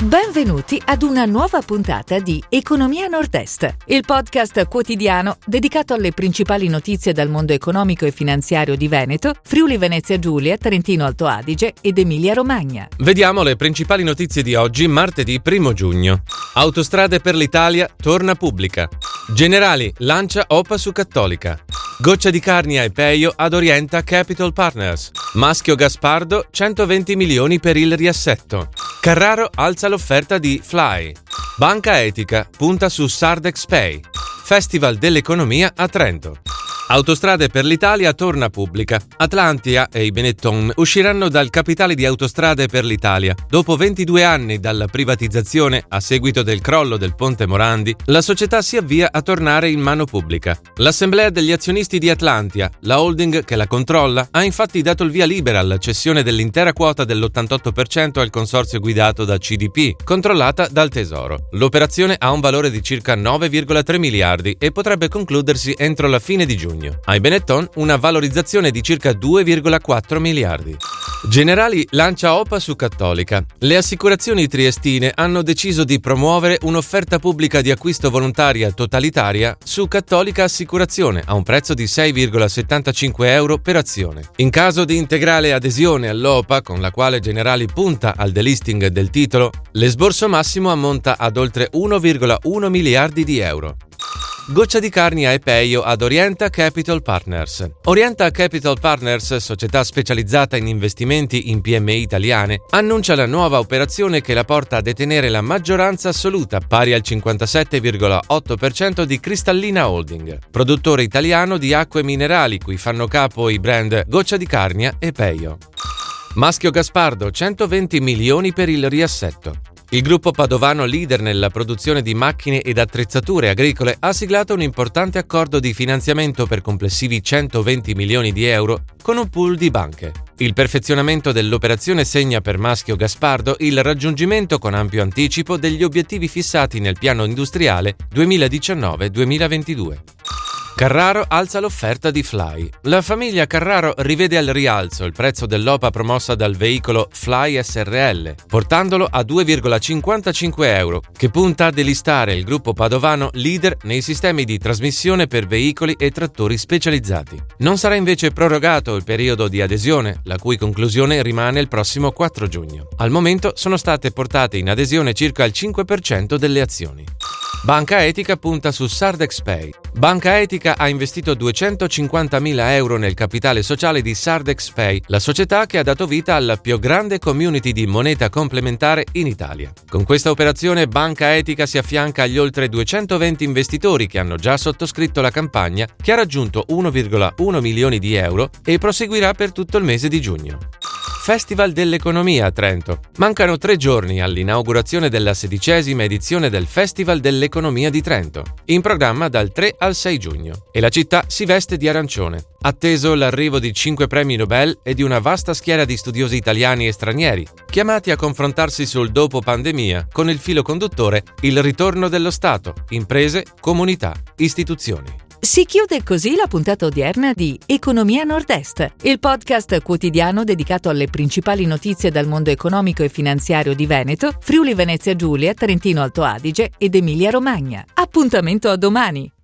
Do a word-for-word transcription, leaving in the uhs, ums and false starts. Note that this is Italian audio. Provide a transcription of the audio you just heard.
Benvenuti ad una nuova puntata di Economia Nord-Est, il podcast quotidiano dedicato alle principali notizie dal mondo economico e finanziario di Veneto, Friuli Venezia Giulia, Trentino Alto Adige ed Emilia Romagna. Vediamo le principali notizie di oggi, martedì primo giugno. Autostrade per l'Italia torna pubblica. Generali lancia O P A su Cattolica. Goccia di Carnia e Peio ad Orienta Capital Partners. Maschio Gaspardo, centoventi milioni per il riassetto. Carraro alza l'offerta di Fly. Banca Etica punta su Sardex Pay. Festival dell'economia a Trento. Autostrade per l'Italia torna pubblica. Atlantia e i Benetton usciranno dal capitale di Autostrade per l'Italia. Dopo ventidue anni dalla privatizzazione a seguito del crollo del Ponte Morandi, la società si avvia a tornare in mano pubblica. L'assemblea degli azionisti di Atlantia, la holding che la controlla, ha infatti dato il via libera alla cessione dell'intera quota dell'ottantotto per cento al consorzio guidato da C D P, controllata dal Tesoro. L'operazione ha un valore di circa nove virgola tre miliardi e potrebbe concludersi entro la fine di giugno. Ai Benetton una valorizzazione di circa due virgola quattro miliardi. Generali lancia O P A su Cattolica. Le assicurazioni triestine hanno deciso di promuovere un'offerta pubblica di acquisto volontaria totalitaria su Cattolica Assicurazione a un prezzo di sei virgola settantacinque euro per azione. In caso di integrale adesione all'O P A, con la quale Generali punta al delisting del titolo, l'esborso massimo ammonta ad oltre uno virgola uno miliardi di euro. Goccia di Carnia e Peio ad Orienta Capital Partners. Orienta Capital Partners, società specializzata in investimenti in P M I italiane, annuncia la nuova operazione che la porta a detenere la maggioranza assoluta, pari al cinquantasette virgola otto per cento di Cristallina Holding, produttore italiano di acque minerali cui fanno capo i brand Goccia di Carnia e Peio. Maschio Gaspardo, centoventi milioni per il riassetto. Il gruppo padovano, leader nella produzione di macchine ed attrezzature agricole, ha siglato un importante accordo di finanziamento per complessivi centoventi milioni di euro con un pool di banche. Il perfezionamento dell'operazione segna per Maschio Gaspardo il raggiungimento con ampio anticipo degli obiettivi fissati nel piano industriale duemiladiciannove duemilaventidue. Carraro alza l'offerta di Fly. La famiglia Carraro rivede al rialzo il prezzo dell'O P A promossa dal veicolo Fly S R L, portandolo a due virgola cinquantacinque euro, che punta a delistare il gruppo padovano leader nei sistemi di trasmissione per veicoli e trattori specializzati. Non sarà invece prorogato il periodo di adesione, la cui conclusione rimane il prossimo quattro giugno. Al momento sono state portate in adesione circa il cinque per cento delle azioni. Banca Etica punta su Sardex Pay. Banca Etica ha investito duecentocinquantamila euro nel capitale sociale di Sardex Pay, la società che ha dato vita alla più grande community di moneta complementare in Italia. Con questa operazione Banca Etica si affianca agli oltre duecentoventi investitori che hanno già sottoscritto la campagna, che ha raggiunto uno virgola uno milioni di euro e proseguirà per tutto il mese di giugno. Festival dell'economia a Trento. Mancano tre giorni all'inaugurazione della sedicesima edizione del Festival dell'economia di Trento, in programma dal tre al sei giugno, e la città si veste di arancione. Atteso l'arrivo di cinque premi Nobel e di una vasta schiera di studiosi italiani e stranieri, chiamati a confrontarsi sul dopo pandemia con il filo conduttore il ritorno dello Stato, imprese, comunità, istituzioni. Si chiude così la puntata odierna di Economia Nord-Est, il podcast quotidiano dedicato alle principali notizie dal mondo economico e finanziario di Veneto, Friuli Venezia Giulia, Trentino Alto Adige ed Emilia Romagna. Appuntamento a domani!